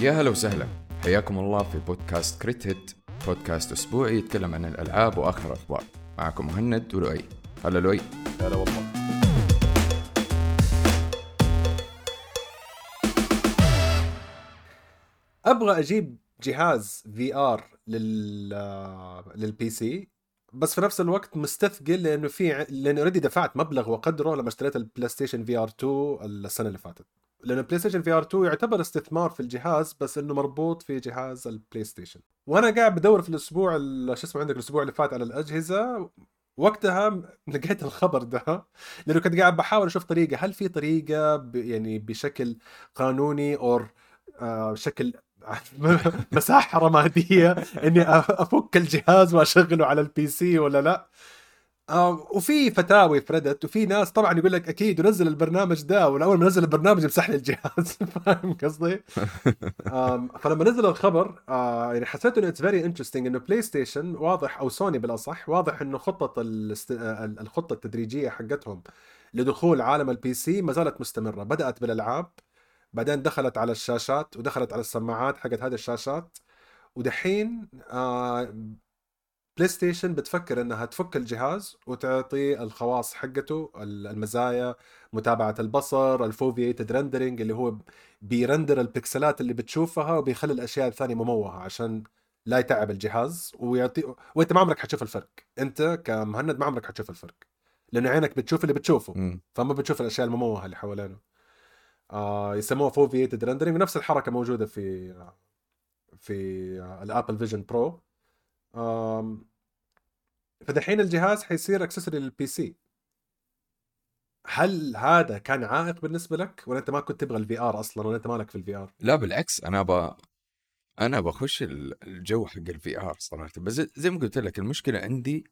يا هلا وسهلا، حياكم الله في بودكاست كريت هيت، بودكاست أسبوعي يتكلم عن الألعاب وآخر الأخبار. معكم مهند ولؤي. هلا لؤي. هلا والله. ابغى اجيب جهاز في ار للبي سي، بس في نفس الوقت مستثقل لانه اوريدي دفعت مبلغ وقدره لما اشتريت البلاي ستيشن في ار 2 السنه اللي فاتت. لان البلاي ستيشن في ار 2 يعتبر استثمار في الجهاز، بس انه مربوط في جهاز البلاي ستيشن. وانا قاعد بدور في الاسبوع شو اسمه عندك الاسبوع اللي فات على الاجهزه. وقتها لقيت الخبر ده، لانه كنت قاعد بحاول اشوف طريقه، هل في طريقه يعني بشكل قانوني او شكل مساحة رمادية اني افك الجهاز واشغله على البي سي ولا لا. وفي فتاوي في ريدت، وفي ناس طبعا يقول لك اكيد ونزل البرنامج ده، والاول ما نزل البرنامج يمسح لي الجهاز. فاهم قصدي؟ فلما نزل الخبر يعني حسيت انه اتس فيري انترستينج انه بلاي ستيشن واضح، او سوني بالاصح، واضح انه الخطة التدريجية حقتهم لدخول عالم البي سي ما زالت مستمرة. بدأت بالالعاب، بعدين دخلت على الشاشات ودخلت على السماعات حقت هذه الشاشات، ودحين بلاي ستيشن بتفكر انها تفك الجهاز وتعطي الخواص حقته، المزايا، متابعة البصر، الفوفييتد رندرينج اللي هو بيرندر البكسلات اللي بتشوفها وبيخلي الاشياء الثانية مموهة عشان لا يتعب الجهاز وانت ما عمرك حتشوف الفرق. انت كمهند ما عمرك حتشوف الفرق، لانه عينك بتشوف اللي بتشوفه، فما بتشوف الاشياء المموهة اللي حوالينه. يسموها فوفييتد رندرينج، ونفس الحركة موجودة في الابل فيجن برو. فدحين الجهاز حيصير اكسسوري للبي سي. هل هذا كان عائق بالنسبه لك، ولا انت ما كنت تبغى الفي ار اصلا، ولا انت مالك في الفي ار؟ لا بالعكس، أنا بخش الجو حق الفي آر صراحة. بس زي ما قلت لك، المشكلة عندي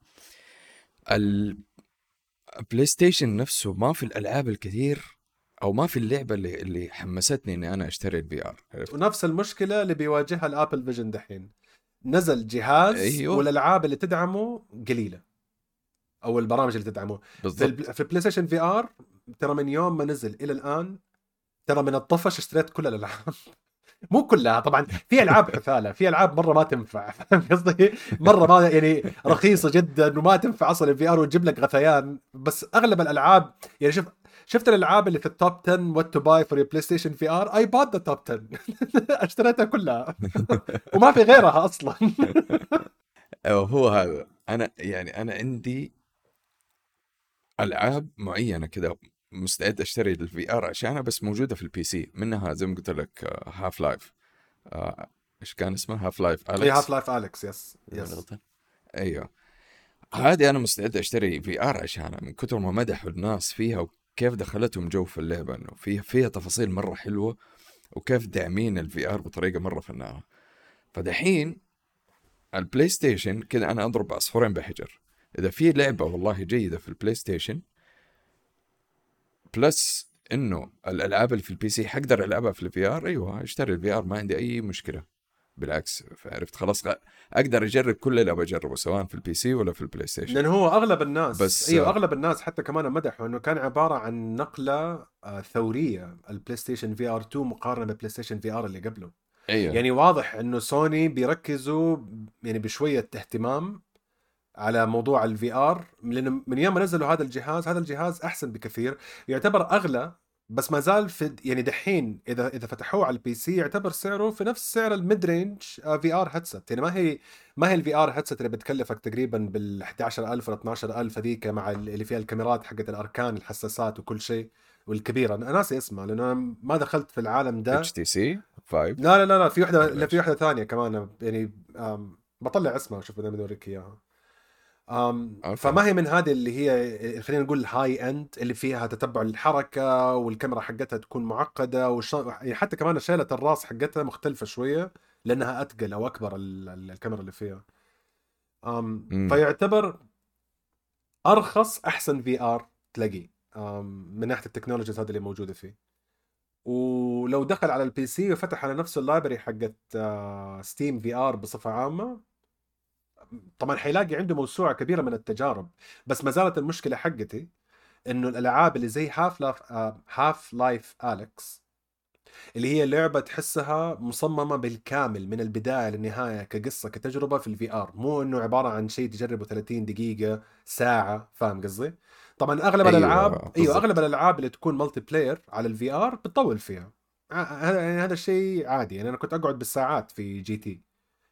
البلاي ستيشن نفسه ما في الألعاب الكثير، أو ما في اللعبة اللي حمستني إني أنا أشتري الفي آر. ونفس المشكله اللي بيواجهها الابل فيجن دحين، نزل جهاز أيوه والالعاب اللي تدعمه قليله، او البرامج اللي تدعمه. بالضبط. في البلاي ستيشن في ار، ترى من يوم ما نزل الى الان، ترى من الطفش اشتريت كل الالعاب. مو كلها طبعا، في العاب حثاله، في العاب مره ما تنفع. فاهم قصدي؟ مره ما يعني رخيصه جدا وما تنفع اصلا الفي ار، وتجيب لك غثيان. بس اغلب الالعاب يعني شفت الالعاب اللي في التوب 10 وات تو باي فور بلاي ستيشن في ار، اي بوت ذا توب 10. اشتريتها كلها. وما في غيرها اصلا. هو هذا، أنا عندي ألعاب معينة كذا مستعد أشتري الفي آر عشانها، بس موجودة في البي سي. منها زي ما قلت لك هاف لايف، إيش كان اسمه؟ هاف لايف هي هاف أليكس. لايف اليكس، يس إذا ماني يس. غلطان. أيوه، هذه أنا مستعد أشتري في آر عشانها من كثر ما مدحوا الناس فيها، وكيف دخلتهم جو في اللعبة، إنه فيها تفاصيل مرة حلوة، وكيف داعمين الفي آر بطريقة مرة فنانة. فدحين البلاي ستيشن كذا أنا أضرب عصفورين بحجر. إذا في لعبة والله جيدة في البلاي ستيشن، بلس انه الالعاب اللي في البي سي حقدر العبها في الفي ار، ايوه اشتري الفي ار، ما عندي اي مشكله. بالعكس، عرفت خلاص اقدر اجرب كل اللي بجربه سواء في البي سي ولا في البلاي ستيشن. لان هو اغلب الناس، بس ايوه اغلب الناس حتى كمان مدحوا انه كان عباره عن نقله ثوريه، البلاي ستيشن في ار 2 مقارنه بالبلاي ستيشن في ار اللي قبله. ايوه يعني واضح انه سوني بيركزوا يعني بشويه اهتمام على موضوع الفي ار، لانه من يوم ما نزلوا هذا الجهاز احسن بكثير. يعتبر اغلى، بس ما زال في يعني دحين اذا فتحوه على البي سي يعتبر سعره في نفس سعر الميد رينج في ار هيدسет. يعني ما هي الفي ار هيدسет اللي بتكلفك تقريبا بال 11000 ولا 12000 هذيك، مع اللي فيها الكاميرات حقت الاركان، الحساسات وكل شيء، والكبيره انا ناسي اسمها لانه أنا ما دخلت في العالم اتش ده. تي سي 5 لا في وحده، ولا لا في ايش؟ وحده ثانيه كمان يعني. بطلع اسمها وشوف بدي اوريك اياها. اوكي. فما هي من هذه اللي هي خلينا نقول هاي اند، اللي فيها تتبع الحركة والكاميرا حقتها تكون معقدة يعني حتى كمان شيلة الراس حقتها مختلفة شوية لأنها أتقل أو أكبر الكاميرا اللي فيها. امم فيعتبر أرخص أحسن في آر تلاقيه من ناحية التكنولوجيز هذه اللي موجودة فيه. ولو دخل على البي سي وفتح على نفس اللايبرري حقت ستيم في آر بصفة عامة، طبعا حيلاقي عنده موسوعة كبيرة من التجارب. بس ما زالت المشكلة حقتي انه الالعاب اللي زي هاف لايف اليكس اللي هي لعبة تحسها مصممة بالكامل من البداية للنهاية كقصة كتجربة في الفي ار، مو انه عبارة عن شيء تجربه 30 دقيقة ساعة. فاهم قصدي؟ طبعا اغلب الالعاب، ايوه ايوه اغلب بالضبط. الالعاب اللي تكون مالتي بلاير على الفي ار بتطول فيها. هذا يعني هذا الشيء عادي. يعني انا كنت اقعد بالساعات في جي تي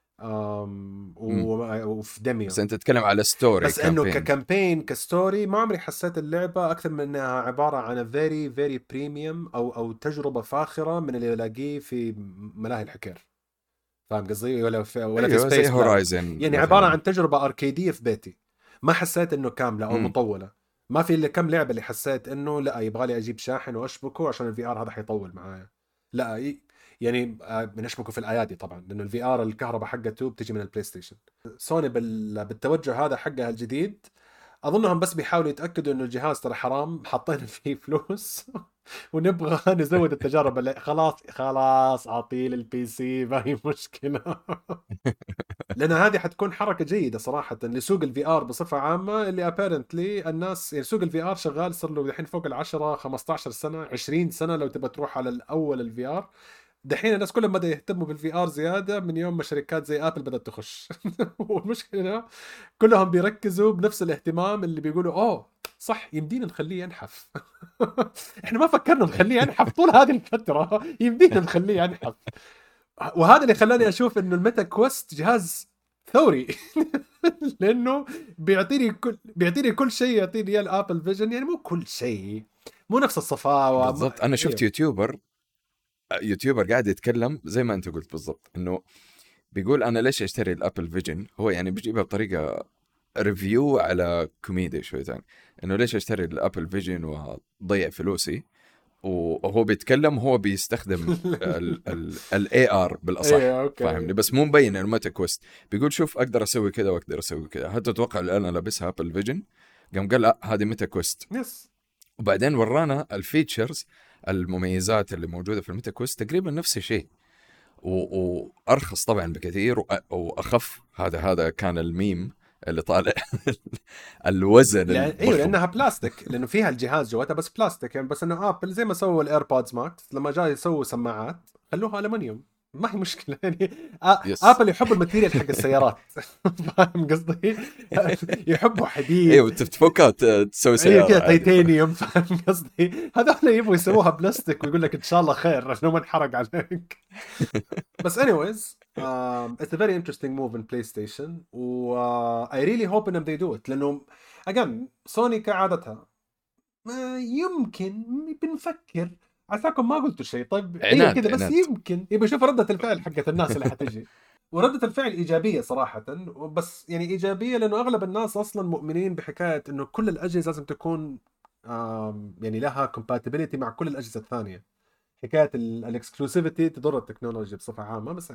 مم. وفي دميو. بس انت تتكلم على ستوري بس انه كامبين. ككامبين كستوري ما عمري حسيت اللعبه اكثر من انها عباره عن فيري فيري بريميوم او تجربه فاخره من اللي الاقيه في ملاهي الحكر. فاهم قصدي؟ ولا في ايوه زي سبيس بلان. هورايزن يعني عباره مثلا. عن تجربه اركيديه في بيتي. ما حسيت انه كامله او مم. مطوله. ما في الا كم لعبه اللي حسيت انه لا يبغى لي اجيب شاحن واشبكه عشان الفي ار هذا حيطول معايا. لا يعني بنشبكه في الايادي طبعا، لانه الفي ار الكهرباء حقته بتجي من البلاي ستيشن. سوني بالتوجه هذا حقها الجديد، اظنهم بس بيحاولوا يتاكدوا انه الجهاز ترى حرام حاطين فيه فلوس ونبغى نزود التجارب خلاص خلاص اعطيه للبي سي ما هي مشكله. لان هذه حتكون حركه جيده صراحه لسوق الفي ار بصفه عامه، اللي ابيرنتلي الناس يعني سوق الفي ار شغال صار له الحين فوق ال 10 15 سنه 20 سنه لو تبى تروح على الاول الفي ار. دحين الناس كلهم بدأوا يهتموا بالفي ار زياده من يوم ما شركات زي ابل بدات تخش. والمشكله كلهم بيركزوا بنفس الاهتمام اللي بيقولوا اوه صح يمدينا نخليه ينحف. احنا ما فكرنا نخليه ينحف طول هذه الفتره، يمدينا نخليه ينحف. وهذا اللي خلاني اشوف انه الميتا كويست جهاز ثوري. لانه بيعطيني كل شيء يعطيني اياه الابل فيجن، يعني مو كل شيء، مو نفس الصفاوه بالضبط. انا شفت ايوه. يوتيوبر قاعد يتكلم زي ما انت قلت بالضبط، انه بيقول انا ليش اشتري الابل فيجن. هو يعني بيجيبها بطريقه ريفيو على كوميديا شوي ثاني، انه ليش اشتري الابل فيجن واضيع فلوسي. وهو بيتكلم هو بيستخدم الاي ار ايوه بالاصح، اوكي. فاهمني؟ بس مو مبين انه متى كويست. بيقول شوف اقدر اسوي كذا واقدر اسوي كذا. هل تتوقع الان انا لابسها ابل فيجن؟ قام قال لا هذه متى كويست. يس. وبعدين ورانا الفيتشرز، المميزات اللي موجوده في الميتا كويست تقريبا نفس الشيء، وارخص طبعا بكثير واخف. هذا كان الميم اللي طالع. الوزن لأن ايوه الضخم. لانها بلاستيك، لانه فيها الجهاز جواتها بس بلاستيك يعني. بس انه ابل زي ما سووا الايربودز ماكس لما جاي يسووا سماعات خلوها المونيوم، ما هي مشكله يعني. يس. ابل يحبوا الماتيريال حق السيارات. فاهم قصدي؟ يحبوا ايوه حديد. تفكها تسوي ايوه سياره كذا عادي. تيتانيوم. فاهم قصدي؟ هذول يبغوا يسووها بلاستيك ويقول لك ان شاء الله خير عشان ما انحرق عليك. بس anyways it's a very interesting move in PlayStation و I really hope انهم they do it. لانه again سوني كعادتها ما يمكن بنفكر. عساكم ما قلتوا شيء طيب ايوه عناد كذا بس عناد. يمكن يبغى يشوف ردة الفعل حقت الناس اللي حتجي. وردة الفعل إيجابية صراحة. بس يعني إيجابية لأنه أغلب الناس أصلا مؤمنين بحكاية إنه كل الأجهزة لازم تكون يعني لها compatibility مع كل الأجهزة الثانية. حكاية الاكسكلوسيفيتي تضر التكنولوجيا بصفة عامة. بس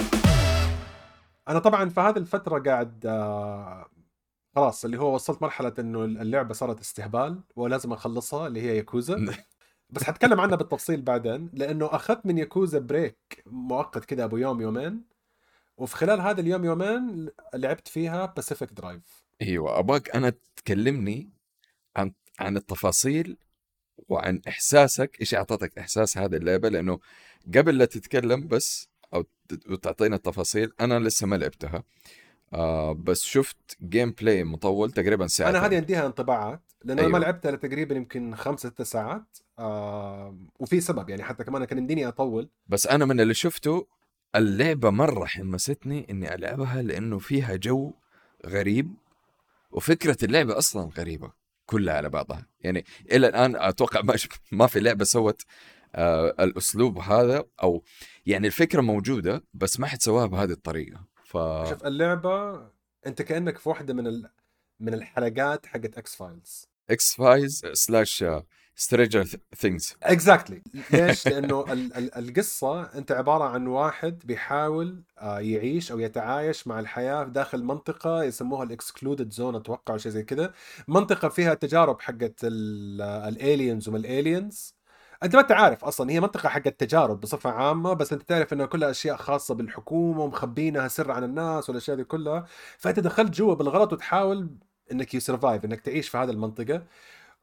أنا طبعا في هذه الفترة قاعد خلاص اللي هو وصلت مرحلة إنه اللعبة صارت استهبال ولازم أخلصها، اللي هي ياكوزا. بس حتكلم عنها بالتفصيل بعدين، لأنه أخذت من ياكوزا بريك مؤقت كده أبو يوم يومين. وفي خلال هذا اليوم يومين لعبت فيها باسيفيك درايف. ايوه ابغاك انا تكلمني عن التفاصيل وعن احساسك، ايش اعطتك احساس هذه اللعبه. لانه قبل لا تتكلم بس او تعطينا التفاصيل، انا لسه ما لعبتها. بس شفت جيم بلاي مطول تقريبا أنا هذه ساعتين. عنديها انطباعات لأنه أنا ما ايوه لعبتها تقريبا يمكن 5 6 ساعات. وفي سبب يعني حتى كمان كان يمديني أطول. بس انا من اللي شفته اللعبه مره حمستني اني العبها، لانه فيها جو غريب، وفكره اللعبه اصلا غريبه كلها على بعضها. يعني الى الان اتوقع ما في لعبه سوت الاسلوب هذا، او يعني الفكره موجوده بس ما حد سواها بهذه الطريقه. شوف اللعبة أنت كأنك في واحدة من الحلقات حقت اكس فايلز. اكس فايز سلاش سترينجر ثينجز. اكزاكتلي ليش؟ لانه القصه انت عباره عن واحد بيحاول يعيش او يتعايش مع الحياه داخل منطقه يسموها الاكسكلودد زون، اتوقع او شيء زي كذا. منطقه فيها تجارب حقت الالينز وما الالينز. انت ما انت عارف اصلا هي منطقه حقت تجارب بصفه عامه، بس انت تعرف انها كلها اشياء خاصه بالحكومه ومخبينها سر عن الناس والاشياء دي كلها. فانت دخلت جوا بالغلط وتحاول انك يسرفايف انك تعيش في هذه المنطقه.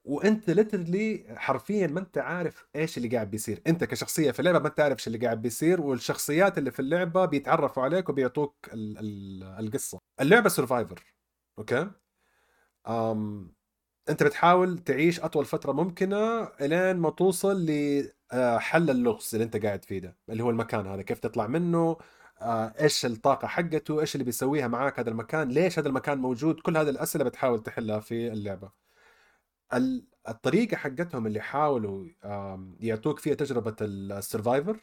وانت ليترلي حرفيا ما انت عارف ايش اللي قاعد بيصير. انت كشخصيه في اللعبه ما انت عارف ايش اللي قاعد بيصير، والشخصيات اللي في اللعبه بيتعرفوا عليك وبيعطوك القصه. اللعبه سرفايفر، اوكي. أم انت بتحاول تعيش اطول فتره ممكنه الين ما توصل لحل اللغز اللي انت قاعد فيه ده، اللي هو المكان هذا كيف تطلع منه، ايش الطاقه حقته، ايش اللي بيسويها معاك هذا المكان، ليش هذا المكان موجود. كل هذه الاسئله بتحاول تحلها في اللعبه. الطريقه حقتهم اللي حاولوا يعطوك فيها تجربه السرفايفر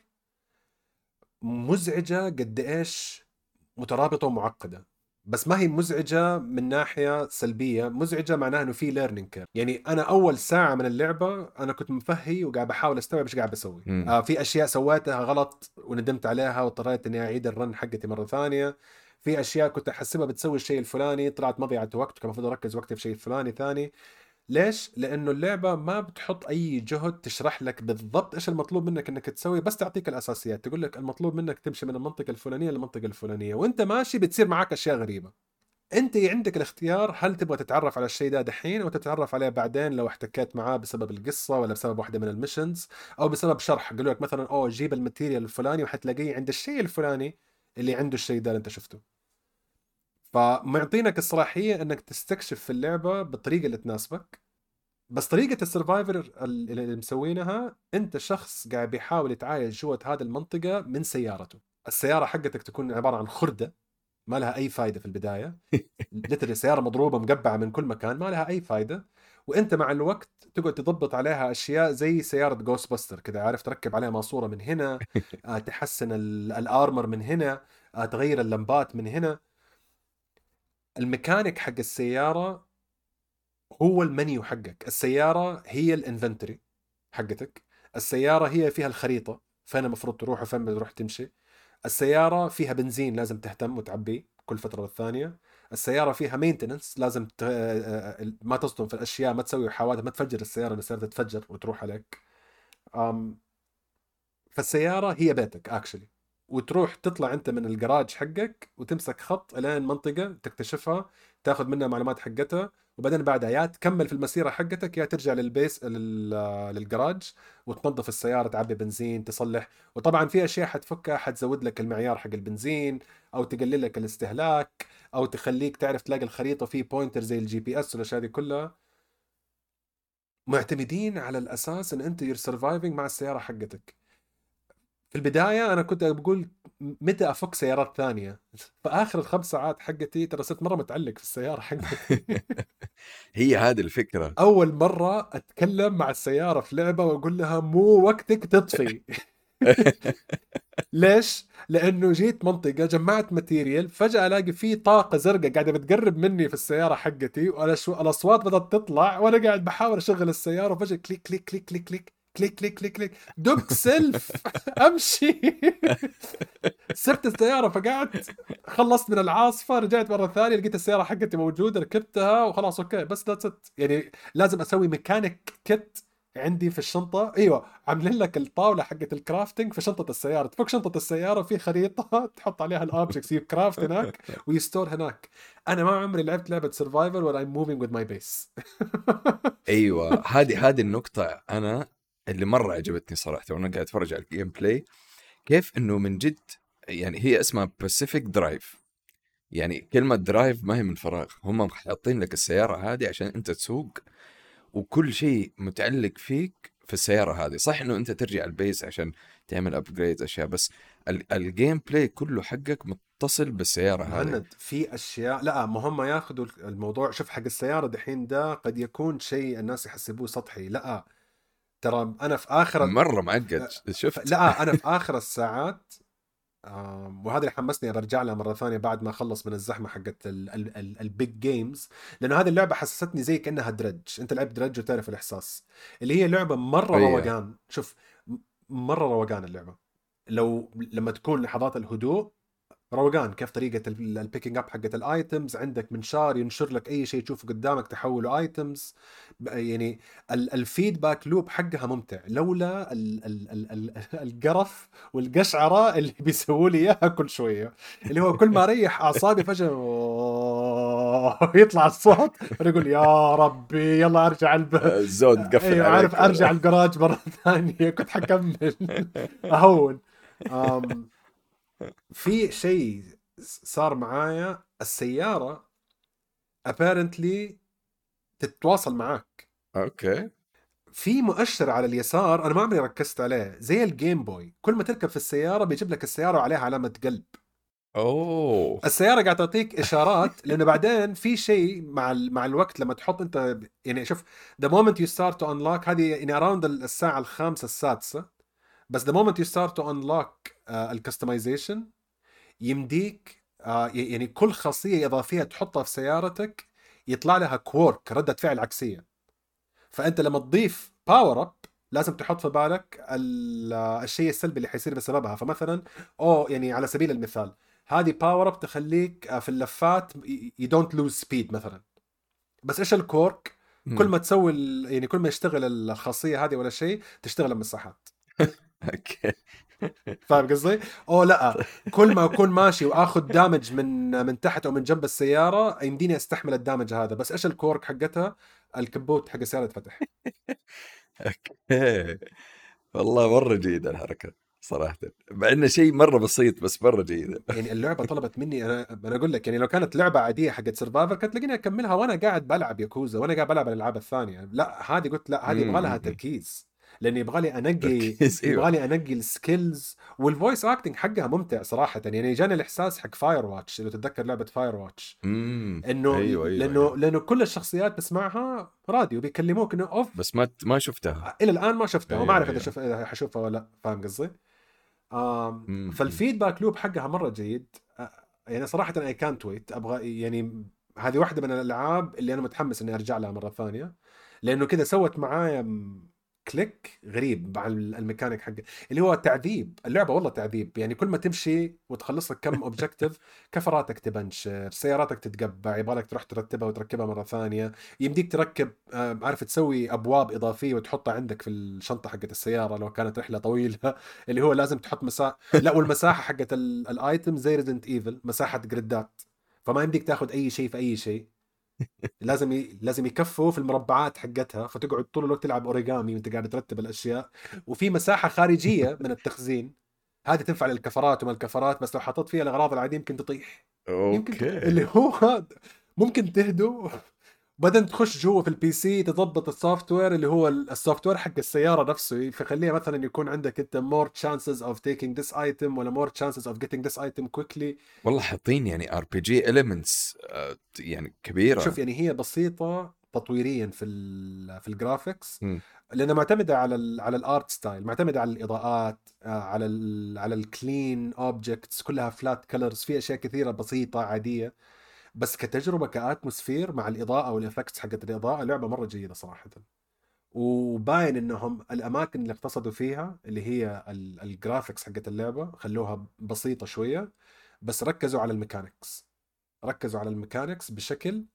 مزعجه قد ايش، مترابطه ومعقده. بس ما هي مزعجه من ناحيه سلبيه، مزعجه معناها انه في ليرنينج كير. يعني انا اول ساعه من اللعبه انا كنت مفهي وقاعد بحاول استوعب ايش قاعد بسوي. في اشياء سويتها غلط وندمت عليها واضطريت اني اعيد الرن حقتي مره ثانيه. في اشياء كنت احسبها بتسوي الشيء الفلاني طلعت مضيعه وقت، كان المفروض اركز وقتي في شيء فلاني ثاني. ليش؟ لأنه اللعبة ما بتحط أي جهد تشرح لك بالضبط إيش المطلوب منك إنك تسوي، بس تعطيك الأساسيات، تقول لك المطلوب منك تمشي من المنطقة الفلانية للمنطقة الفلانية، وأنت ماشي بتصير معك أشياء غريبة. أنت عندك الاختيار، هل تبغى تتعرف على الشيء ده دحين أو تتعرف عليه بعدين لو احتكيت معاه بسبب القصة ولا بسبب واحدة من الميشنز أو بسبب شرح قالوا لك مثلا أوه جيب الماتيريال الفلاني وحتلاقيه عند الشيء الفلاني اللي عنده الشيء ده اللي أنت شفته. فمعطينك الصلاحية إنك تستكشف في اللعبة بالطريقة اللي تناسبك. بس طريقة السرفايفر اللي مسوينها، انت شخص قاعد بيحاول يتعايش جوة هذه المنطقة من سيارته. السيارة حقتك تكون عبارة عن خردة ما لها اي فايدة في البداية. لتري سيارة مضروبة مقبعة من كل مكان ما لها اي فايدة. وانت مع الوقت تقعد تضبط عليها اشياء زي سيارة جوست باستر كذا، عارف، تركب عليها ماسورة من هنا، تحسن الارمر من هنا، تغير اللمبات من هنا. الميكانيك حق السيارة هو المنيو حقك. السيارة هي الانفنتوري حقتك. السيارة هي فيها الخريطة فين المفروض تروح وفين بتروح تمشي. السيارة فيها بنزين لازم تهتم وتعبيه كل فترة والثانية. السيارة فيها مينتننس لازم ما تصدم في الأشياء، ما تسوي حوادث، ما تفجر السيارة، السيارة تتفجر وتروح عليك. أم فالسيارة هي بيتك اكشلي. وتروح تطلع انت من الجراج حقك وتمسك خط الين منطقة تكتشفها، تاخذ منها معلومات حقتها، وبعدين بعدها يا تكمل في المسيرة حقتك يا ترجع للبيس للجراج وتنظف السيارة، تعبي بنزين، تصلح. وطبعا في اشياء حتفكها حتزود لك المعيار حق البنزين او تقلل لك الاستهلاك او تخليك تعرف تلاقي الخريطة في بوينتر زي الجي بي اس والاشياء دي كلها. معتمدين على الاساس ان انت يور سرفايفنج مع السيارة حقتك. في البداية أنا كنت بقول متى أفك سيارات ثانية. في آخر الخمس ساعات حقتي ترى صرت مرة متعلق في السيارة حقتي. هي هذه الفكرة. أول مرة أتكلم مع السيارة في لعبة وأقول لها مو وقتك تطفي. ليش؟ لأنه جيت منطقة جمعت ماتيريال، فجأة ألاقي في طاقة زرقاء قاعدة بتقرب مني في السيارة حقتي، والأصوات بدأت تطلع وأنا قاعد بحاول أشغل السيارة، وفجأة كليك كليك كليك كليك كليك كليك كليك كليك كليك دوك سيلف. امشي. سبت السياره فقعدت، خلصت من العاصفه، رجعت مره ثانيه لقيت السياره حقتي موجوده، ركبتها وخلاص اوكي. بس ذاتس ات. يعني لازم اسوي ميكانيك كيت عندي في الشنطه. ايوه عاملين لك الطاوله حقت الكرافتنج في شنطه السياره، تفك شنطه السياره في خريطه تحط عليها الاوبجكتس يكرافت هناك ويستور هناك. انا ما عمري لعبت لعبه سرفايفر ولا I'm moving with my base. ايوه، هذه النقطة انا اللي مرة عجبتني صراحة وانا قاعد اتفرج على الجيم بلاي. كيف انه من جد، يعني هي اسمها باسيفيك درايف. يعني كلمة درايف ما هي من فراغ، هم حاطين لك السيارة هذه عشان انت تسوق، وكل شيء متعلق فيك في السيارة هذه. صح انه انت ترجع البيس عشان تعمل ابجريد اشياء، بس الجيم بلاي كله حقك متصل بالسيارة هذه. مهند في اشياء، لا ما هم ياخذوا الموضوع. شوف حق السياره دحين ده قد يكون شيء الناس يحسبوه سطحي، لا ترى انا في اخر مرة معقد، شفت؟ لا انا في اخر الساعات. وهذا اللي حمسني برجع لها مره ثانيه بعد ما اخلص من الزحمه حقت البيج جيمز. لانه هذه اللعبه حسستني زي كانها درج. انت لعبت درج وتعرف الاحساس، اللي هي لعبه مره اي، روقان. شوف مره روقان اللعبه. لما تكون لحظات الهدوء روقان. كيف طريقة البيكينج اب حقت الايتمز، عندك منشار ينشر لك اي شيء تشوفه قدامك تحوله ايتمز. يعني الفيدباك لوب حقها ممتع، لولا القرف والقشعرة اللي بيسووا لي اياها كل شوية، اللي هو كل ما اريح اعصابي فجأة يطلع الصوت ونقول يا ربي يلا ارجع الزود تقفل ايوه عارف، عليك ارجع الجراج مره ثانيه كنت حكمل اهون. أم... في شيء صار معايا، السياره apparently تتواصل معاك. اوكي. في مؤشر على اليسار انا ما عمري ركزت عليه، زي الجيم بوي، كل ما تركب في السياره بيجيب لك السياره وعليها علامه قلب. اوه. السياره قاعده تعطيك اشارات، لانه بعدين في شيء مع الوقت لما تحط انت، يعني شوف the moment you start to unlock، هذه يعني around الساعه الخامسه السادسه، بس the moment you start to unlock الكستمايزيشن، يمديك يعني كل خاصيه اضافيه تحطها في سيارتك يطلع لها كوورك، رده فعل عكسيه. فانت لما تضيف باور اب لازم تحط في بالك الشيء السلبي اللي حيصير بسببها. فمثلا يعني على سبيل المثال، هذه باور اب تخليك في اللفات you don't lose speed مثلا، بس ايش الكورك؟ كل ما تسوي يعني كل ما يشتغل الخاصيه هذه ولا شيء تشتغل المساحات. اوكي. فاهم قصدي؟ لا، كل ما اكون ماشي واخذ دامج من تحت او من جنب السياره يمديني استحمل الدامج هذا، بس ايش الكورك حقتها؟ الكبوت حق السياره يتفتح. اوكي. والله مرة جيدة الحركة صراحة، مع انه شيء مرة بسيط بس مرة جيدة. يعني اللعبه طلبت مني، انا اقول لك، يعني لو كانت لعبه عاديه حقت سرفايفر كانت تلاقيني اكملها وانا قاعد بلعب ياكوزا وانا قاعد بلعب الالعاب الثانيه. لا هذه قلت لا، هذه يبغى لها أمم. تركيز، لان يبغى لي انقي، تركيز، ايوه. يبغى لي انقي السكيلز. والفويس اكتنج حقها ممتع صراحه. يعني جاني الاحساس حق فاير واتش، لو تتذكر لعبه فاير واتش، انه ايوه ايوه لانه ايوه. لانه كل الشخصيات تسمعها راديو بيكلموك انه اوف. بس ما شفتها. الى الان ما شفتها وما ايوه اعرف اذا ايوه. حشوفها ولا لا. فاهم قصدي؟ أمم. فالفيدباك لوب حقها مره جيد. يعني صراحه اي كانت ويت، ابغى يعني هذه واحده من الالعاب اللي انا متحمس اني ارجع لها مره ثانيه، لانه كذا سوت معايا كليك غريب مع الميكانيك حقه، اللي هو تعذيب. اللعبه والله تعذيب، يعني كل ما تمشي وتخلص لك كم اوبجكتيف كفراتك تبنشر، سياراتك تتقبع، يبغالك تروح ترتبها وتركبها مره ثانيه. يمديك تركب عارف تسوي ابواب اضافيه وتحطها عندك في الشنطه حقت السياره لو كانت رحله طويله اللي هو لازم تحط مساحه. لا، والمساحه حقت الايتم زي ريزنت ايفل، مساحه جريدات، فما يمديك تاخذ اي شيء في اي شيء. لازم يكفوا في المربعات حقتها، فتقعد طول الوقت تلعب اوريجامي وانت قاعد ترتب الاشياء. وفي مساحه خارجيه من التخزين، هذه تنفع للكفرات وما الكفرات، بس لو حطيت فيها الاغراض العاديه يمكن تطيح. اوكي. اللي هو ممكن تهدو. بعدين تخش جوا في البي سي تضبط السوفت وير، اللي هو السوفت وير حق السياره نفسه، فخليها مثلا يكون عندك انت more chances of taking this item ولا more chances of getting this item quickly. والله حاطين يعني ار بي جي اليمنتس يعني كبيرة. شوف يعني هي بسيطة تطويريا في الجرافيكس، أمم. لانها معتمدة على الارت ستايل، معتمدة على الاضاءات، على الكلين اوبجكتس، كلها فلات كلرز، في اشياء كثيرة بسيطة عادية. بس كتجربة كاتموسفير مع الاضاءة والافكتس حقت الاضاءة، لعبة مرة جيدة صراحة. وباين انهم الاماكن اللي اقتصدوا فيها اللي هي الجرافيكس حقت اللعبة خلوها بسيطة شوية، بس ركزوا على الميكانيكس، ركزوا على الميكانيكس بشكل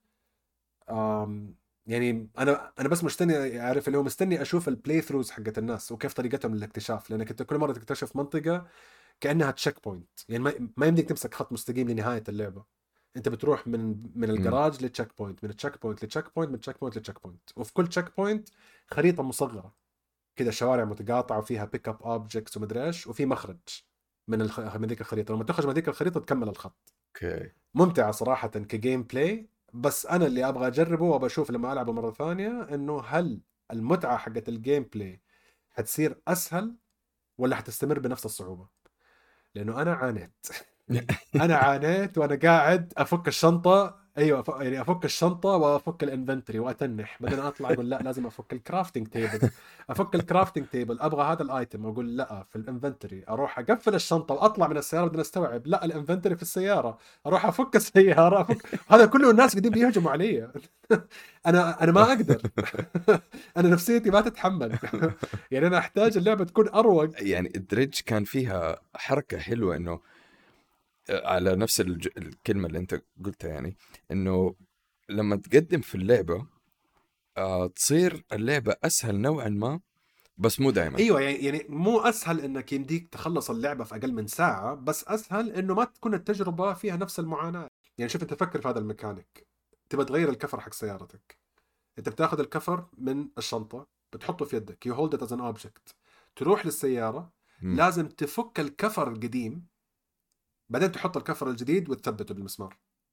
يعني انا بس مستني اعرف، اللي هو مستني اشوف البلاي ثروز حقت الناس وكيف طريقتهم للاكتشاف، لانك انت كل مره تكتشف منطقه كانها تشيك بوينت. يعني ما يمديك تمسك خط مستقيم لنهايه اللعبه، انت بتروح من أمم. الجراج للتشيك بوينت، من التشيك بوينت للتشيك بوينت، من التشيك بوينت للتشيك بوينت، وفي كل تشيك بوينت خريطه مصغره كذا، شوارع متقاطعه وفيها بيك اب اوبجكتس ومدري ايش، وفي مخرج من ذيك الخريطه، لما تخرج من ذيك الخريطه تكمل الخط. اوكي. ممتعة صراحة كجيم بلاي، بس أنا اللي أبغى أجربه وبشوف لما ألعبه مرة ثانية إنه هل المتعة حقت الجيم بلاي حتصير أسهل ولا حتستمر بنفس الصعوبة؟ لأنه أنا عانيت. انا عانيت وانا قاعد افك الشنطه، ايوه يعني افك الشنطه وافك الانفنتوري واتنح، بعدين اطلع اقول لا لازم افك الكرافتنج تيبل، افك الكرافتنج تيبل ابغى هذا الايتم، اقول لا في الانفنتوري، اروح اقفل الشنطه واطلع من السياره بدون استوعب لا الانفنتوري في السياره، اروح افك السياره افك هذا كله. الناس قاعدين بيهجموا علي. انا ما اقدر. انا نفسيتي ما تتحمل. يعني انا احتاج اللعبه تكون اروق. يعني الدريدج كان فيها حركة حلوة، انه على نفس الكلمة اللي انت قلتها، يعني انه لما تقدم في اللعبة تصير اللعبة اسهل نوعا ما، بس مو دائما. ايوه يعني مو اسهل انك يمديك تخلص اللعبه في اقل من ساعه، بس اسهل انه ما تكون التجربه فيها نفس المعاناه. يعني شوف انت فكر في هذا الميكانيك، تبى تغير الكفر حق سيارتك، انت بتاخذ الكفر من الشنطه بتحطه في يدك، يو هولد ات از ان اوبجكت، تروح للسياره مم. لازم تفك الكفر القديم بعدين تحط الكفر الجديد وتثبته بالمسمار.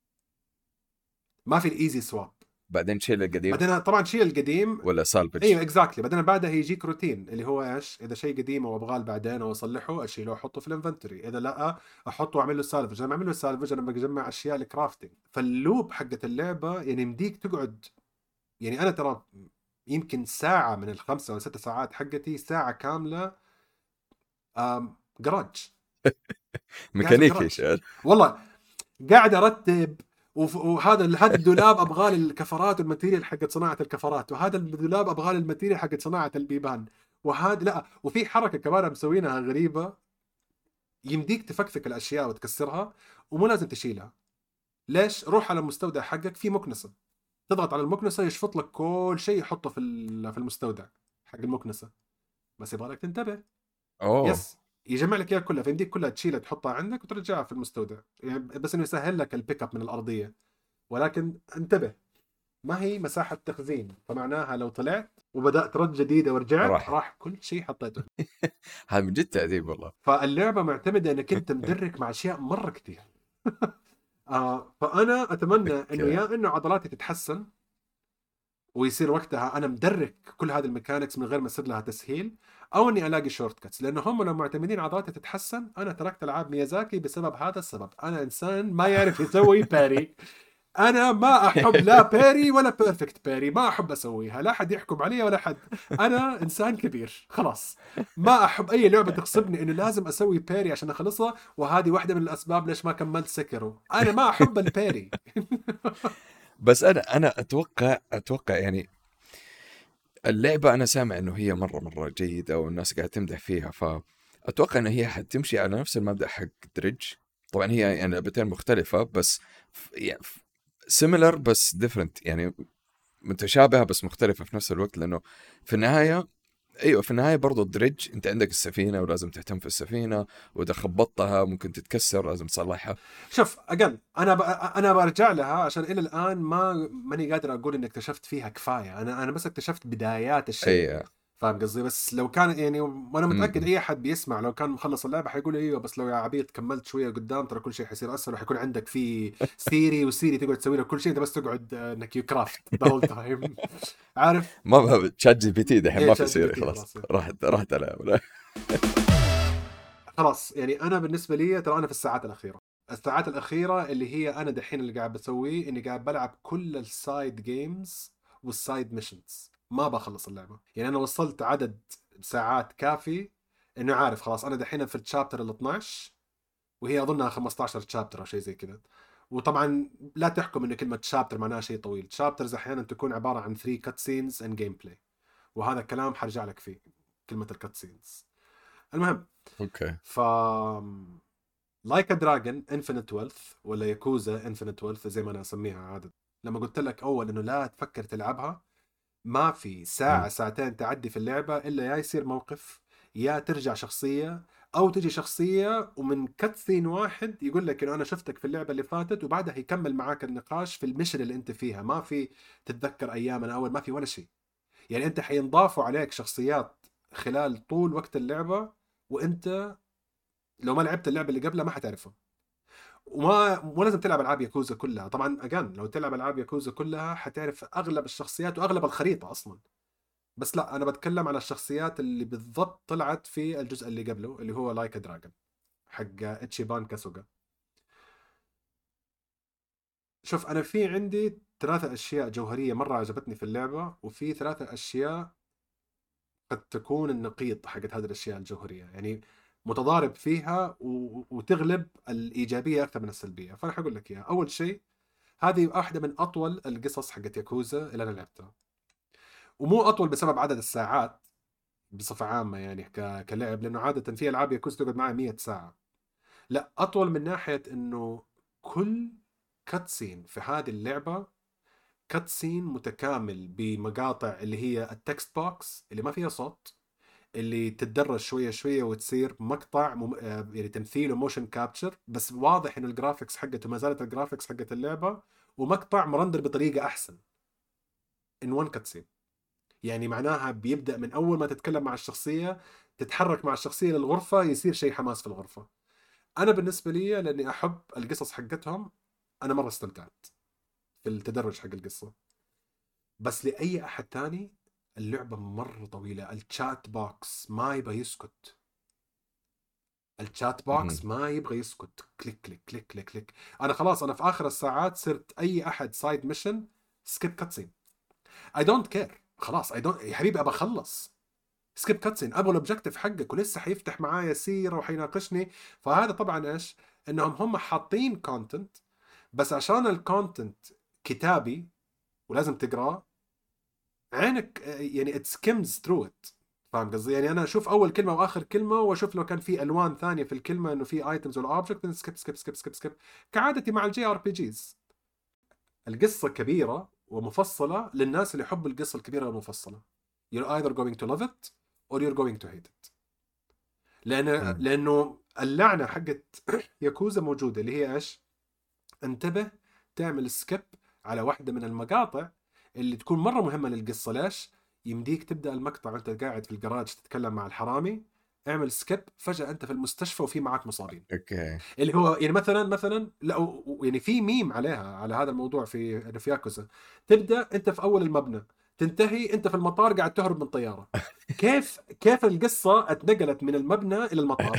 ما في الايزي سواب. بعدين تشيل القديم بعدين طبعا شيل القديم. ولا سالفج؟ ايوه اكزاكتلي. بعدين بعدها هيجيك روتين اللي هو ايش، اذا شيء قديم او ابغاه بعدين او اصلحه اشيله واحطه في الانفنتوري، اذا لا احطه واعمل له سالفج. لما اعمل له سالفج انا بجمع اشياء الكرافتنج. فاللوب حقت اللعبه يعني يمديك تقعد، يعني انا ترى يمكن ساعه من الخمسة او 6 ساعات حقتي ساعه كامله جراج، قاعد في ميكانيكي الجراج شال. والله، قاعد ارتب. هذا الدولاب ابغى لي الكفرات والماتيريال حقت صناعه الكفرات، وهذا الدولاب ابغى لي الماتيريال حقت صناعه البيبان، وهذا لا. وفي حركه كمان مسوينها غريبه، يمديك تفكفك الاشياء وتكسرها ومو لازم تشيلها. ليش؟ روح على المستودع حقك في مكنسه، تضغط على المكنسه يشفط لك كل شيء يحطه في المستودع حق المكنسه، بس يبغى لك تنتبه. اوه. يس، يجمع لك اياها كلها، فيمديك كلها تشيلها تحطها عندك وترجعها في المستودع، يعني بس انه يسهل لك البيك اب من الارضيه. ولكن انتبه، ما هي مساحه تخزين، فمعناها لو طلعت وبدات رد جديده ورجعت راح. راح كل شيء حطيته. هذا من جد تأديب والله. فاللعبه معتمده انك انت مدرك مع اشياء مره كثير. فانا اتمنى انه اوكي. يا انه عضلاتي تتحسن ويصير وقتها انا مدرك كل هذه الميكانكس من غير ما يصير لها تسهيل، او اني الاقي شورت كاتس. لانه هم لو معتمدين عضلاتي تتحسن، انا تركت العاب ميازاكي بسبب هذا السبب. انا انسان ما يعرف يسوي باري. انا ما احب لا باري ولا بيرفكت باري، ما احب اسويها، لا حد يحكم علي ولا حد. انا انسان كبير خلاص، ما احب اي لعبه تغصبني انه لازم اسوي باري عشان اخلصها. وهذه واحده من الاسباب ليش ما كملت سكرو، انا ما احب الباري. بس انا اتوقع يعني اللعبة أنا سامع إنه هي مرة جيدة والناس قاعدة تمدح فيها، فأتوقع إن هي حتمشي على نفس المبدأ حق دريدج. طبعا هي يعني لعبتين مختلفة، بس يعني similar بس different، يعني متشابهة بس مختلفة في نفس الوقت. لأنه في النهاية، ايوه في النهايه برضو الدريدج انت عندك السفينه ولازم تهتم في السفينه، واذا خبطتها ممكن تتكسر لازم تصلحها. شوف اجل، انا برجع لها عشان الى الان ماني قادر اقول اني اكتشفت فيها كفايه. انا بس اكتشفت بدايات الشيء، اي. فاهم قصدي؟ بس لو كان يعني، وانا متاكد م-م. اي احد بيسمع لو كان مخلص اللعبه حيقول ايوه بس لو يا عبيط كملت شويه قدام ترى كل شيء حيصير اسهل، وحيكون عندك في سيري، وسيري تقعد تسوي له كل شيء، انت بس تقعد انك يو كرافت ذا هول تايم. عارف؟ ما تشات جي بي تي دحين ايه ما في شات جي بي سيري، تي خلاص خلاص. راحت على خلاص يعني انا بالنسبه لي ترى انا في الساعات الاخيره، الساعات الاخيره اللي هي انا دحين اللي قاعد بسويه اني قاعد بلعب كل السايد جيمز والسايد ميشنز، ما بخلص اللعبه. يعني انا وصلت عدد ساعات كافي انه عارف خلاص انا دحين في الشابتر ال 12، وهي اظنها 15 شابتر او شيء زي كذا. وطبعا لا تحكم انه كلمه شابتر معناها شيء طويل، شابترز احيانا تكون عباره عن 3 كات سينز اند جيم بلاي، وهذا الكلام حرجع لك فيه كلمه الكات سينز. المهم، اوكي. ف لايك دراجون انفينيت ويلث ولا ياكوزا انفينيت ويلث زي ما انا اسميها عاده، لما قلت لك اول انه لا تفكر تلعبها، ما في م. ساعه ساعتين تعدي في اللعبه الا يا يصير موقف، يا ترجع شخصيه، او تجي شخصيه ومن كتسين واحد يقول لك انه انا شفتك في اللعبه اللي فاتت، وبعدها يكمل معاك النقاش في المشن اللي انت فيها. ما في تتذكر ايام الاول، ما في ولا شيء. يعني انت حينضافوا عليك شخصيات خلال طول وقت اللعبه، وانت لو ما لعبت اللعبه اللي قبلها ما حتعرفها. مو لازم تلعب العاب ياكوزا كلها طبعا، اجان لو تلعب العاب ياكوزا كلها حتعرف اغلب الشخصيات واغلب الخريطه اصلا. بس لا، انا بتكلم على الشخصيات اللي بالضبط طلعت في الجزء اللي قبله اللي هو لايك دراجون حق اتشيبان كاسوغا. شوف انا في عندي 3 اشياء جوهريه مره عجبتني في اللعبه، وفي 3 اشياء قد تكون النقيض حقت هذه الاشياء الجوهريه، يعني متضارب فيها وتغلب الايجابيه اكثر من السلبيه. فانا حقول لك اياها. اول شيء، هذه واحدة من أطول القصص حقت ياكوزا اللي أنا لعبتها، ومو أطول بسبب عدد الساعات بصفة عامة يعني كلعب، لأنه عادة في ألعاب ياكوزا تقعد معي 100 ساعة. لا، أطول من ناحية إنه كل كاتسين في هذه اللعبة كاتسين متكامل بمقاطع اللي هي التكست بوكس اللي ما فيها صوت، اللي تتدرج شويه شويه وتصير مقطع يعني تمثيل وموشن كابتشر، بس واضح انه الجرافيكس حقته ما زالت الجرافيكس حقت اللعبه، ومقطع مرندر بطريقه احسن in one cutscene. يعني معناها بيبدا من اول ما تتكلم مع الشخصيه، تتحرك مع الشخصيه للغرفه، يصير شيء حماس في الغرفه. انا بالنسبه لي لاني احب القصص حقتهم، انا مره استمتعت في التدرج حق القصه. بس لاي احد تاني اللعبه مره طويله، الشات بوكس ما يبغى يسكت، الشات بوكس ما يبغى يسكت، كليك كليك كليك كليك كليك. انا خلاص، انا في اخر الساعات صرت اي احد سايد ميشن سكيب كاتسين، اي دونت كير، خلاص اي دونت يا حبيبي ابى اخلص، سكيب كاتسين، ابغى الاوبجيكتيف حقك ولسه حيفتح معايا سيره وحيناقشني. فهذا طبعا ايش؟ انهم هم حاطين كونتنت، بس عشان الكونتنت كتابي ولازم تقراه، عينك يعني ات سكيمز ثرو ات. فاهم قصدي؟ يعني انا اشوف اول كلمه واخر كلمه، واشوف لو كان في الوان ثانيه في الكلمه، انه في ايتمز ولا اوبجكت، سكيب سكيب سكيب سكيب سكيب، كعادتي مع الجي ار بي جيز. القصه كبيره ومفصله للناس اللي يحبوا القصه الكبيره والمفصله. you're either going to love it or you're going to hate it. لانه اللعنه حقت ياكوزا موجوده، اللي هي ايش؟ انتبه تعمل سكيب على واحده من المقاطع اللي تكون مره مهمه للقصه. ليش؟ يمديك تبدا المقطع وانت قاعد في الجراج تتكلم مع الحرامي، اعمل سكيب، فجاه انت في المستشفى وفي معك مصابين. اوكي. اللي هو يعني مثلا لا، يعني في ميم عليها على هذا الموضوع في ياكوزا، تبدا انت في اول المبنى، تنتهي انت في المطار قاعد تهرب من طياره. كيف القصه اتنقلت من المبنى الى المطار؟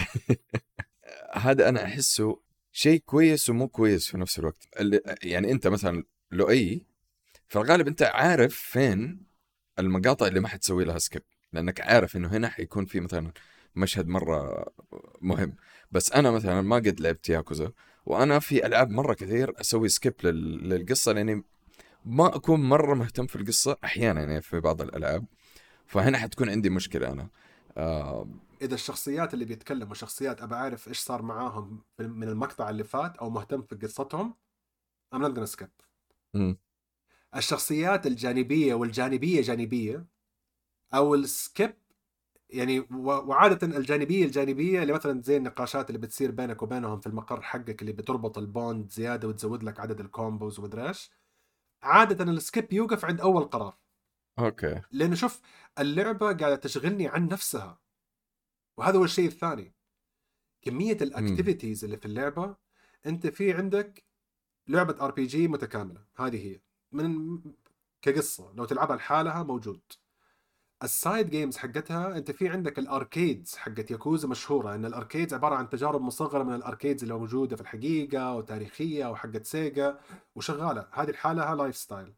هذا انا احسه شيء كويس ومو كويس في نفس الوقت. يعني انت مثلا لؤي، في الغالب انت عارف فين المقاطع اللي ما حتسوي لها سكيب، لانك عارف انه هنا حيكون في مثلا مشهد مره مهم. بس انا مثلا ما قد لعبت ياكوزا، وانا في العاب مره كثير اسوي سكيب للقصه، لاني ما اكون مره مهتم في القصه احيانا يعني في بعض الالعاب. فهنا حتكون عندي مشكله انا. آه... اذا الشخصيات اللي بيتكلموا شخصيات ابى اعرف ايش صار معاهم من المقطع اللي فات، او مهتم في قصتهم، I'm not gonna skip. م- الشخصيات الجانبيه والجانبيه جانبيه، او السكيب يعني وعاده الجانبيه اللي مثلا زي النقاشات اللي بتصير بينك وبينهم في المقر حقك، اللي بتربط البوند زياده وتزود لك عدد الكومبوز ومدري ايش، عاده السكيب يوقف عند اول قرار. اوكي. لانه شوف، اللعبه قاعده تشغلني عن نفسها، وهذا هو الشيء الثاني، كميه م- الاكتيفيتيز اللي في اللعبه. انت في عندك لعبه ار بي جي متكامله، هذه هي من كقصه لو تلعبها لحالها موجود. السايد جيمز حقتها، انت في عندك الاركيدز حقت ياكوزا مشهوره ان الاركيدز عباره عن تجارب مصغره من الاركيدز اللي موجوده في الحقيقه وتاريخيه وحقت سيجا وشغاله، هذه لحالها لايف ستايل.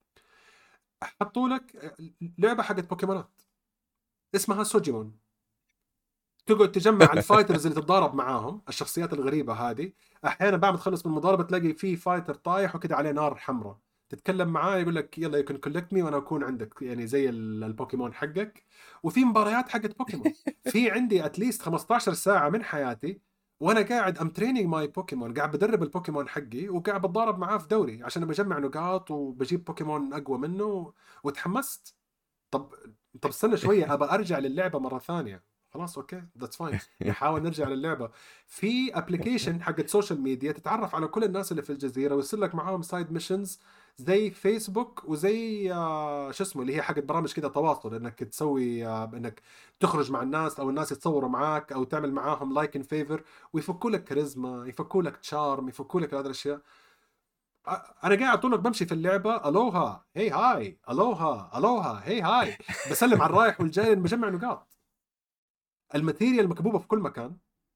حطوا لك لعبه حقت بوكيمونات اسمها سوجيمون، تقعد تجمع الفايترز اللي تتضارب معاهم، الشخصيات الغريبه هذه. احيانا بعد ما تخلص من المضاربه تلاقي في فايتر طايح وكذا عليه نار حمراء، تتكلم معاه يقول لك يلا يو كان كولكت مي وانا اكون عندك، يعني زي البوكيمون حقك. وفي مباريات حقت بوكيمون، في عندي اتليست 15 ساعه من حياتي وانا قاعد ام تريننج ماي بوكيمون، قاعد بدرب البوكيمون حقي وقاعد بتضارب معاه في دوري عشان بجمع نقاط وبجيب بوكيمون اقوى منه. وتحمست. طب طب استنى شويه، ابى ارجع للعبه مره ثانيه. خلاص اوكي ذاتس فاين، نحاول نرجع للعبه. في ابلكيشن حقت سوشيال ميديا تتعرف على كل الناس اللي في الجزيره ويصير لك معاهم سايد ميشنز، زي فيسبوك وزي شو اسمه اللي هي حقت برامج كده تواصل، انك تسوي انك تخرج مع الناس او الناس يتصوروا معاك او تعمل معاهم لايك ان فيفر، ويفكوا لك كاريزما، يفكوا لك تشارم، يفكوا لك هذه الاشياء. انا قاعد طول الوقت بمشي في اللعبه، الوها هي هاي، الوها الوها هي هاي، بسلم على الرايح والجاي لأن بجمع نقاط. الماتيريال مكبوبه في كل مكان،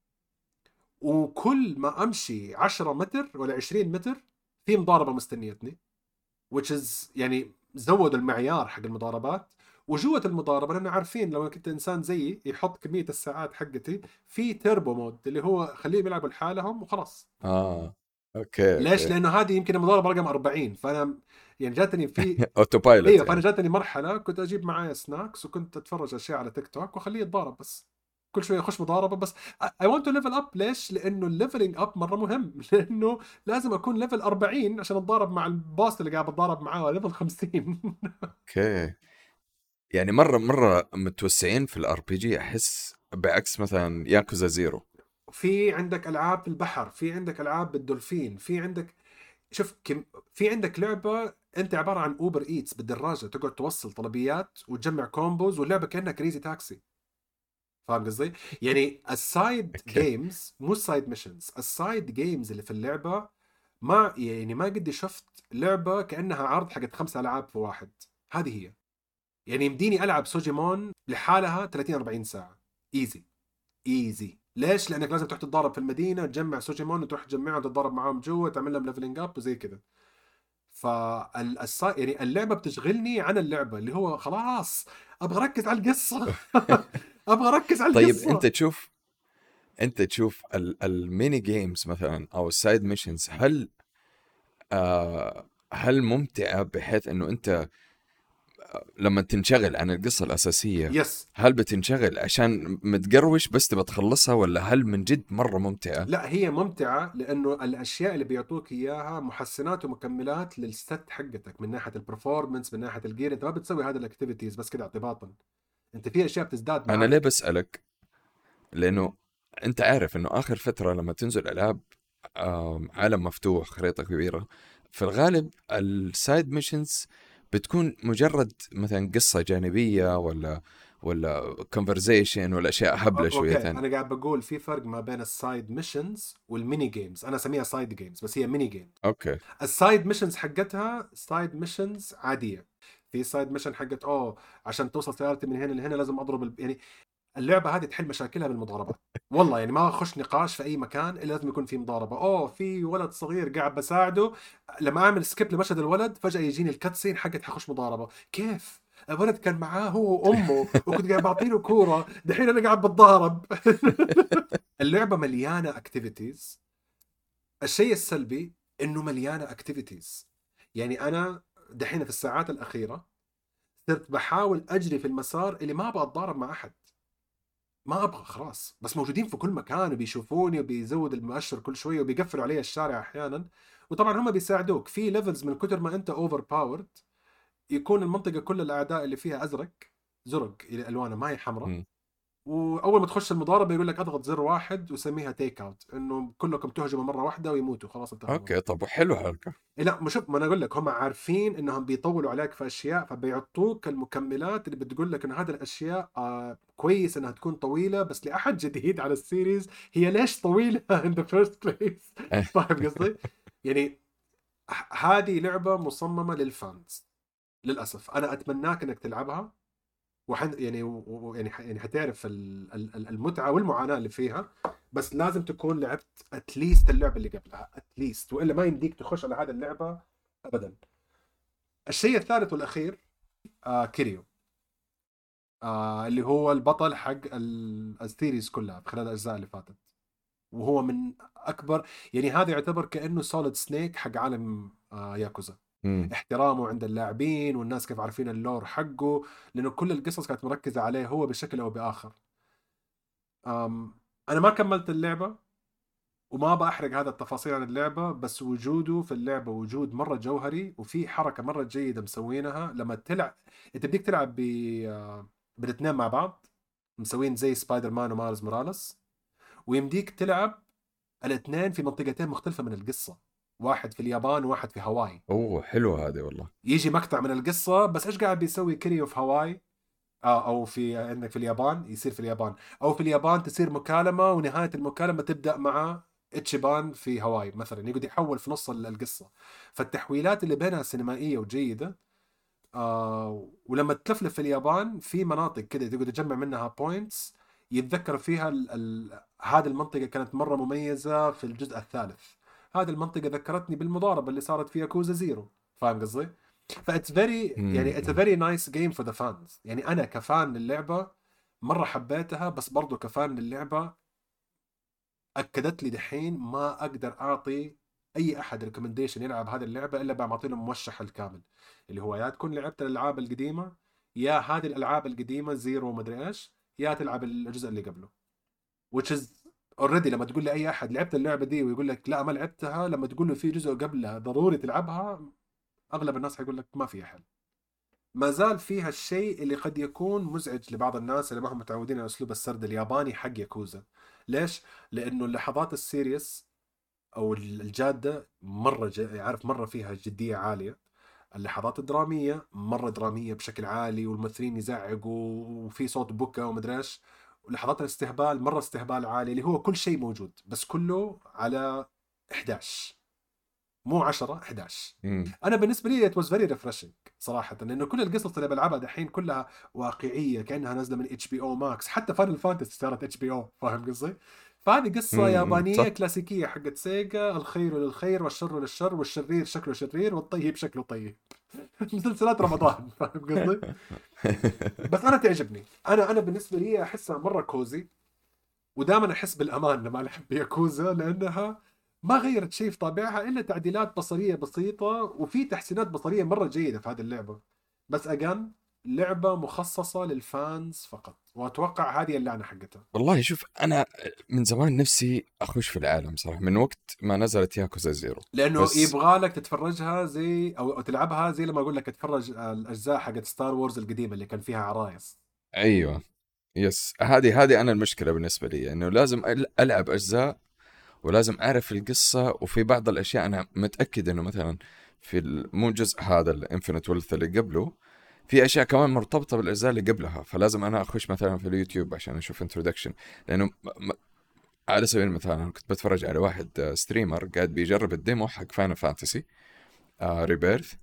وكل ما امشي 10 متر ولا 20 متر في مضاربه مستنيتني، which is يعني زودوا المعيار حق المضاربات. وجوة المضاربة لأنه عارفين لو كنت إنسان زيي يحط كمية الساعات حقتي في تيربو مود اللي هو خليهم يلعبوا لحالهم وخلاص. اه اوكي ليش؟ اوكي. لأنه هذه يمكن المضاربة رقم 40، فأنا يعني جاتني في اوتو بايلوت ايوه، فانا يعني. جاتني مرحله كنت اجيب معايا سناكس وكنت اتفرج اشياء على تيك توك واخليه يتضارب بس، كل شويه اخش مضاربه بس. اي ونت تو ليفل اب. ليش؟ لانه الليفلينج اب مره مهم لانه لازم اكون ليفل 40 عشان اتضارب مع البوس اللي قاعد بتضارب معاه ليفل 50. اوكي. يعني مره متوسعين في الار بي جي، احس بعكس مثلا ياكوزا زيرو. في عندك العاب في البحر، في عندك العاب بالدولفين، في عندك شوف في عندك لعبه انت عباره عن اوبر ايتس بالدراجه، تقعد توصل طلبيات وتجمع كومبوز، واللعبه كانها كريزي تاكسي. فاهم قصدي؟ يعني السايد اوكي. جيمز مو السايد ميشنز، السايد جيمز اللي في اللعبه ما يعني ما قد شفت لعبه كانها عرض حقت 5 العاب في واحد. هذه هي. يعني يمديني العب سوجيمون لحالها 30 40 ساعه ايزي. ايزي ليش؟ لانك لازم تروح تتضارب في المدينه، تجمع سوجيمون وتروح تجمعهم تتضارب معاهم جوا، تعمل لهم ليفلينج اب وزي كذا. يعني اللعبه بتشغلني عن اللعبه، اللي هو خلاص ابغى اركز على القصه. ابغى اركز على طيب انت القصه. تشوف، الميني جيمز مثلا او السايد ميشنز، هل ممتعة بحيث انه انت لما تنشغل عن القصة الأساسية، يس. هل بتنشغل عشان متقروش بس تبى تخلصها، ولا هل من جد مرة ممتعة؟ لا هي ممتعه لانه الاشياء اللي بيعطوك اياها محسنات ومكملات للست حقتك، من ناحيه البرفورمانس، من ناحيه الجير. انت ما بتسوي هذه الاكتيفيتيز بس كده اعتباطا، انت في اشياء بتزداد انا ليه معاك. بسألك؟ لانه انت عارف انه اخر فترة لما تنزل العاب عالم مفتوح، خريطة كبيرة، في الغالب السايد ميشنز بتكون مجرد مثلا قصة جانبية، ولا كونفرزيشن، ولا اشياء هبلة اوكي، شويتين. انا قاعد بقول في فرق ما بين السايد ميشنز والميني جيمز. انا اسميها سايد جيمز بس هي ميني جيمز. اوكي. السايد ميشنز حقتها سايد ميشنز عاديه. في سايد ميشن حقت عشان توصل سيارتي من هنا لهنا لازم اضرب يعني اللعبه هذه تحل مشاكلها بالمضاربات. والله يعني ما اخش نقاش في اي مكان الا لازم يكون في مضاربه. في ولد صغير قاعد بساعده، لما اعمل سكيب لمشهد الولد فجاه يجيني الكاتسين حقت حخش مضاربه. كيف؟ الولد كان معاه هو وامه وكنت قاعد بعطيله كوره، دحين انا قاعد بتضارب. اللعبه مليانه اكتيفيتيز. الشيء السلبي انه مليانه اكتيفيتيز. يعني انا دحين في الساعات الاخيره صرت بحاول اجري في المسار اللي ما ابغى اتضارب مع احد. ما ابغى خلاص، بس موجودين في كل مكان وبيشوفوني وبيزود المؤشر كل شويه وبيقفلوا علي الشارع احيانا. وطبعا هم بيساعدوك في ليفلز، من كثر ما انت اوفر باورد يكون المنطقه كل الاعداء اللي فيها ازرق، زرق الى الوانه ما هي حمراء. مم. واول ما تخش المضاربه يقول لك اضغط زر واحد وسميها تيك اوت، انه كلكم تهجموا مره واحده ويموتوا، خلاص انتهى الموضوع. اوكي، طب حلو حركة. إيه لا مش، ما انا اقول لك هم عارفين انهم بيطولوا عليك في اشياء، فبيعطوك المكملات اللي بتقول لك ان هذه الاشياء كويس انها تكون طويله، بس لاحد جديد على السيريز هي ليش طويله in the first place. فاهم قصدي؟ يعني هذه لعبه مصممه للفانز. للاسف انا اتمناك انك تلعبها، يعني يعني حتعرف المتعه والمعاناه اللي فيها. بس لازم تكون لعبت اتليست اللعبه اللي قبلها اتليست، والا ما يمديك تخش على هذه اللعبه ابدا. الشيء الثالث والاخير كيريو، اللي هو البطل حق السيريز كلها في خلال الاجزاء اللي فاتت. وهو من اكبر، يعني هذا يعتبر كانه سوليد سنيك حق عالم ياكوزا. مم. احترامه عند اللاعبين والناس كيف عارفين اللور حقه، لانه كل القصص كانت مركزه عليه هو بشكل او باخر. انا ما كملت اللعبه وما بحرق هذا التفاصيل عن اللعبة، بس وجوده في اللعبة وجود مرة جوهري. وفي حركة مرة جيدة مسوينها لما تلعب، انت بديك تلعب بالاثنين مع بعض، مسوين زي سبايدر مان ومارز موراليس. ويمديك تلعب الاثنين في منطقتين مختلفة من القصة، واحد في اليابان وواحد في هاواي. اوه حلو هذه والله. يجي مقطع من القصة بس ايش قاعد بيسوي كيريو في هاواي، او في عندك في اليابان يصير في اليابان، او في اليابان تصير مكالمة ونهاية المكالمة تبدأ مع اتشيبان في هاواي مثلا، يقعد يحول في نص القصة. فالتحويلات اللي بينها سينمائية وجيدة. ولما تلفلف في اليابان في مناطق كده تقعد تجمع منها بوينتس، يتذكر فيها هذه المنطقة كانت مرة مميزة في الجزء الثالث. هذه المنطقة ذكرتني بالمضاربة اللي صارت في ياكوزا زيرو. فاهم قصدي؟ فاتس فيري يعني اتس مم. فيري نايس جيم فور ذا فانز. يعني انا كفان للعبة مرة حبيتها، بس برضو كفان للعبة اكدت لي دحين ما اقدر اعطي اي احد ريكومنديشن يلعب هذه اللعبه الا بعطي له موشح الكامل، اللي هو يا تكون لعبت الالعاب القديمه، يا هذه الالعاب القديمه زيرو ومدري ايش، يا تلعب الجزء اللي قبله. which is already لما تقول لي اي احد لعبت اللعبه دي ويقول لك لا ما لعبتها، لما تقول له في جزء قبلها ضروري تلعبها، اغلب الناس حيقول لك ما فيها حل. ما زال فيها الشيء اللي قد يكون مزعج لبعض الناس اللي ما هم متعودين على اسلوب السرد الياباني حق ياكوزا. ليش؟ لانه اللحظات السيريس او الجاده مره عارف مره فيها جديه عاليه. اللحظات الدراميه مره دراميه بشكل عالي، والممثلين يزعقوا وفي صوت بكا ومدري ايش. ولحظات الاستهبال مره استهبال عالي، اللي هو كل شيء موجود بس كله على 11، مو 10، 11. امم انا بالنسبه لي it was very refreshing صراحه، لانه كل القصص اللي بلعبها دحين كلها واقعيه كانها نازله من اتش بي او ماكس. حتى فاينل فانتسي صارت اتش بي او، فاهم قصدي؟ فهذه قصه يابانيه صح. كلاسيكيه حقت سيجا، الخير للخير والشر للشر والشرير شكله شرير والطيب شكله طيب. مسلسلات رمضان، فاهم قصدي؟ بس انا تعجبني، انا بالنسبه لي احسها مره كوزي، ودائما احس بالامان لما العب بياكوزا، لانها ما غيرت شيء في طابعها الا تعديلات بصريه بسيطه، وفي تحسينات بصريه مره جيده في هذه اللعبه. بس اجان لعبه مخصصه للفانز فقط، واتوقع هذه اللعنه حقتها. والله شوف، أنا من زمان نفسي أخش في العالم صراحة، من وقت ما نزلت ياكوزا زيرو. لانه بس يبغى لك تتفرجها زي أو تلعبها زي لما اقول لك تتفرج الاجزاء حقت ستار وورز القديمه اللي كان فيها عرايس. أيوة، يس، هذه أنا المشكلة بالنسبة لي، إنه لازم ألعب أجزاء ولازم أعرف القصة. وفي بعض الأشياء أنا متأكد إنه مثلا في مو الجزء هذا الانفينيت ويلث اللي قبله، في أشياء كمان مرتبطة بالأجزاء اللي قبلها، فلازم أنا أخش مثلا في اليوتيوب عشان أشوف انترودكشن. لأنه على سبيل المثال أنا كنت بتفرج على واحد ستريمر قاعد بيجرب الديمو حق فاينل فانتسي ريبيرث،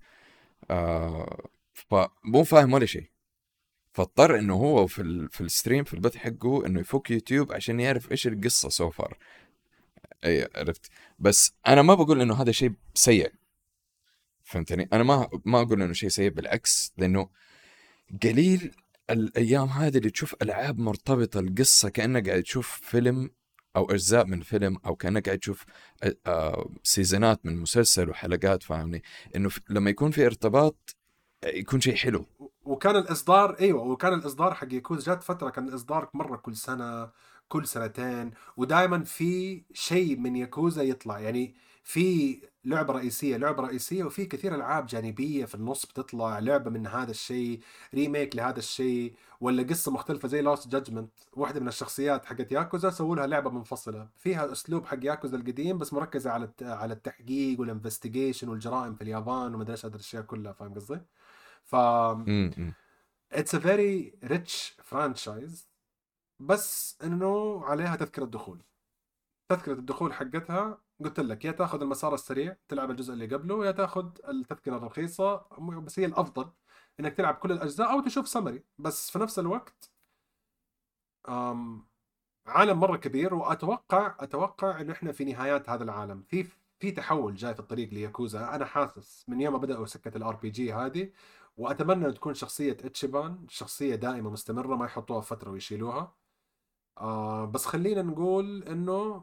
فمو فاهم ولا شيء، فاضطر انه هو في الستريم في البث حقه انه يفك يوتيوب عشان يعرف ايش القصه سوفر. اي عرفت. بس انا ما بقول انه هذا شيء سيء، فهمتني؟ انا ما اقول انه شيء سيء، بالعكس، لانه قليل الايام هذه اللي تشوف العاب مرتبطه القصه كانك قاعد تشوف فيلم او اجزاء من فيلم، او كانك قاعد تشوف سيزونات من مسلسل وحلقات، فاهمني؟ انه لما يكون في ارتباط يكون شيء حلو. وكان الاصدار ايوه، وكان الاصدار حق ياكوزا جات فتره كان الاصدار مره كل سنه كل سنتين، ودائما في شيء من ياكوزا يطلع. يعني في لعبه رئيسيه وفي كثير العاب جانبيه في النص بتطلع، لعبه من هذا الشيء، ريميك لهذا الشيء، ولا قصه مختلفه زي لوست جادجمنت. واحده من الشخصيات حقت ياكوزا سووا لها لعبه منفصله فيها اسلوب حق ياكوزا القديم، بس مركزه على التحقيق والانفستيجيشن والجرائم في اليابان وما ادري ايش هذه الاشياء كلها، فاهم قصدي؟ ف امم it's a very rich franchise. بس انه عليها تذكرة دخول. تذكرة الدخول حقتها قلت لك يا تاخذ المسار السريع تلعب الجزء اللي قبله، يا تاخذ التذكرة الرخيصة. بس هي الافضل انك تلعب كل الاجزاء او تشوف سمري. بس في نفس الوقت أم عالم مرة كبير، واتوقع انه احنا في نهايات هذا العالم، في تحول جاي في الطريق لياكوزا. انا حاسس من يوم ما بدأوا سكة الار بي جي هذه، واتمنى ان تكون شخصية اتشيبان شخصية دائمة مستمرة، ما يحطوها فترة ويشيلوها. بس خلينا نقول انه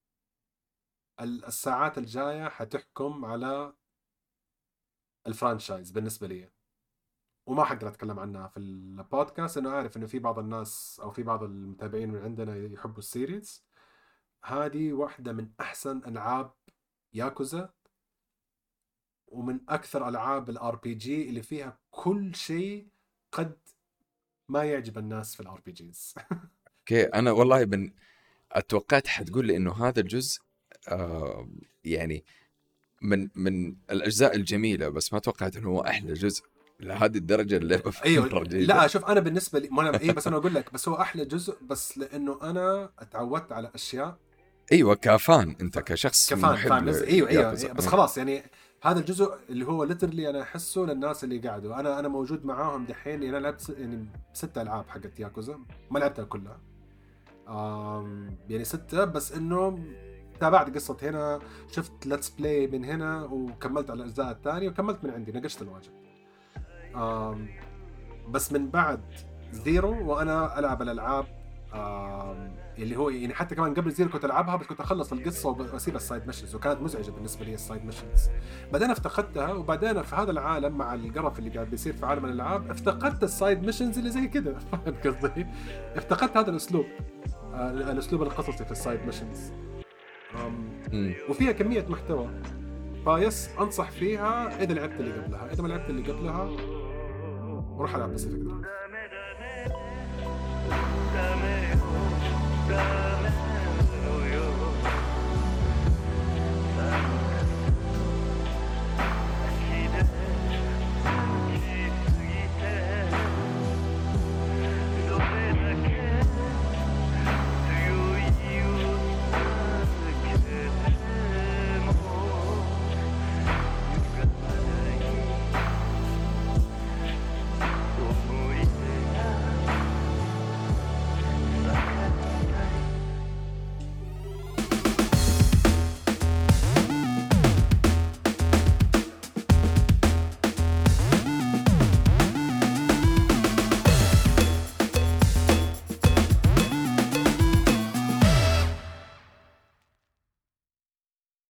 الساعات الجاية حتحكم على الفرانشايز بالنسبة لي، وما حقدر اتكلم عنها في البودكاست لانه عارف انه في بعض الناس او في بعض المتابعين من عندنا يحبوا السيريز. هذه واحدة من احسن العاب ياكوزا، ومن اكثر العاب الار بي جي اللي فيها كل شيء قد ما يعجب الناس في الار بي جيز. اوكي، انا والله اتوقعت حتقول لي انه هذا الجزء يعني من الاجزاء الجميله، بس ما توقعت انه هو احلى جزء لهذه الدرجه. اللعبه ايوه مره جيده. لا شوف انا بالنسبه لي ما انا بس انا اقول لك بس هو احلى جزء، بس لانه انا اتعودت على اشياء ايوه، كفان انت كشخص كفان، محب فاهم قصدي؟ ايوه لياكوزا. بس خلاص يعني هذا الجزء اللي هو ليترلي انا احسه للناس اللي قعدوا. انا موجود معاهم دحين. يعني انا لعبت يعني 6 العاب حقت ياكوزا، ما لعبتها كلها. يعني 6، بس انه تابعت قصة هنا، شفت ليتس بلاي من هنا، وكملت على الأجزاء الثانية، وكملت من عندي نقشت الواجب. بس من بعد زيرو وأنا ألعب الألعاب اللي هو يعني حتى كمان قبل زيرو كنت ألعبها، بس كنت أخلص القصة وأسيب السايد ميشنز، وكانت مزعجة بالنسبة لي السايد ميشنز. بعدين افتقدتها، وبعدين في هذا العالم مع القرف اللي قاعد بيصير في عالم الألعاب افتقدت السايد ميشنز اللي زي كذا. فاهم قصدي؟ افتقدت هذا الأسلوب، الأسلوب القصصي في السايد ميشنز. وفيها كمية محتوى، فيس أنصح فيها إذا لعبت اللي قبلها. إذا ما لعبت اللي قبلها روح ألعب باسيفيك دريم.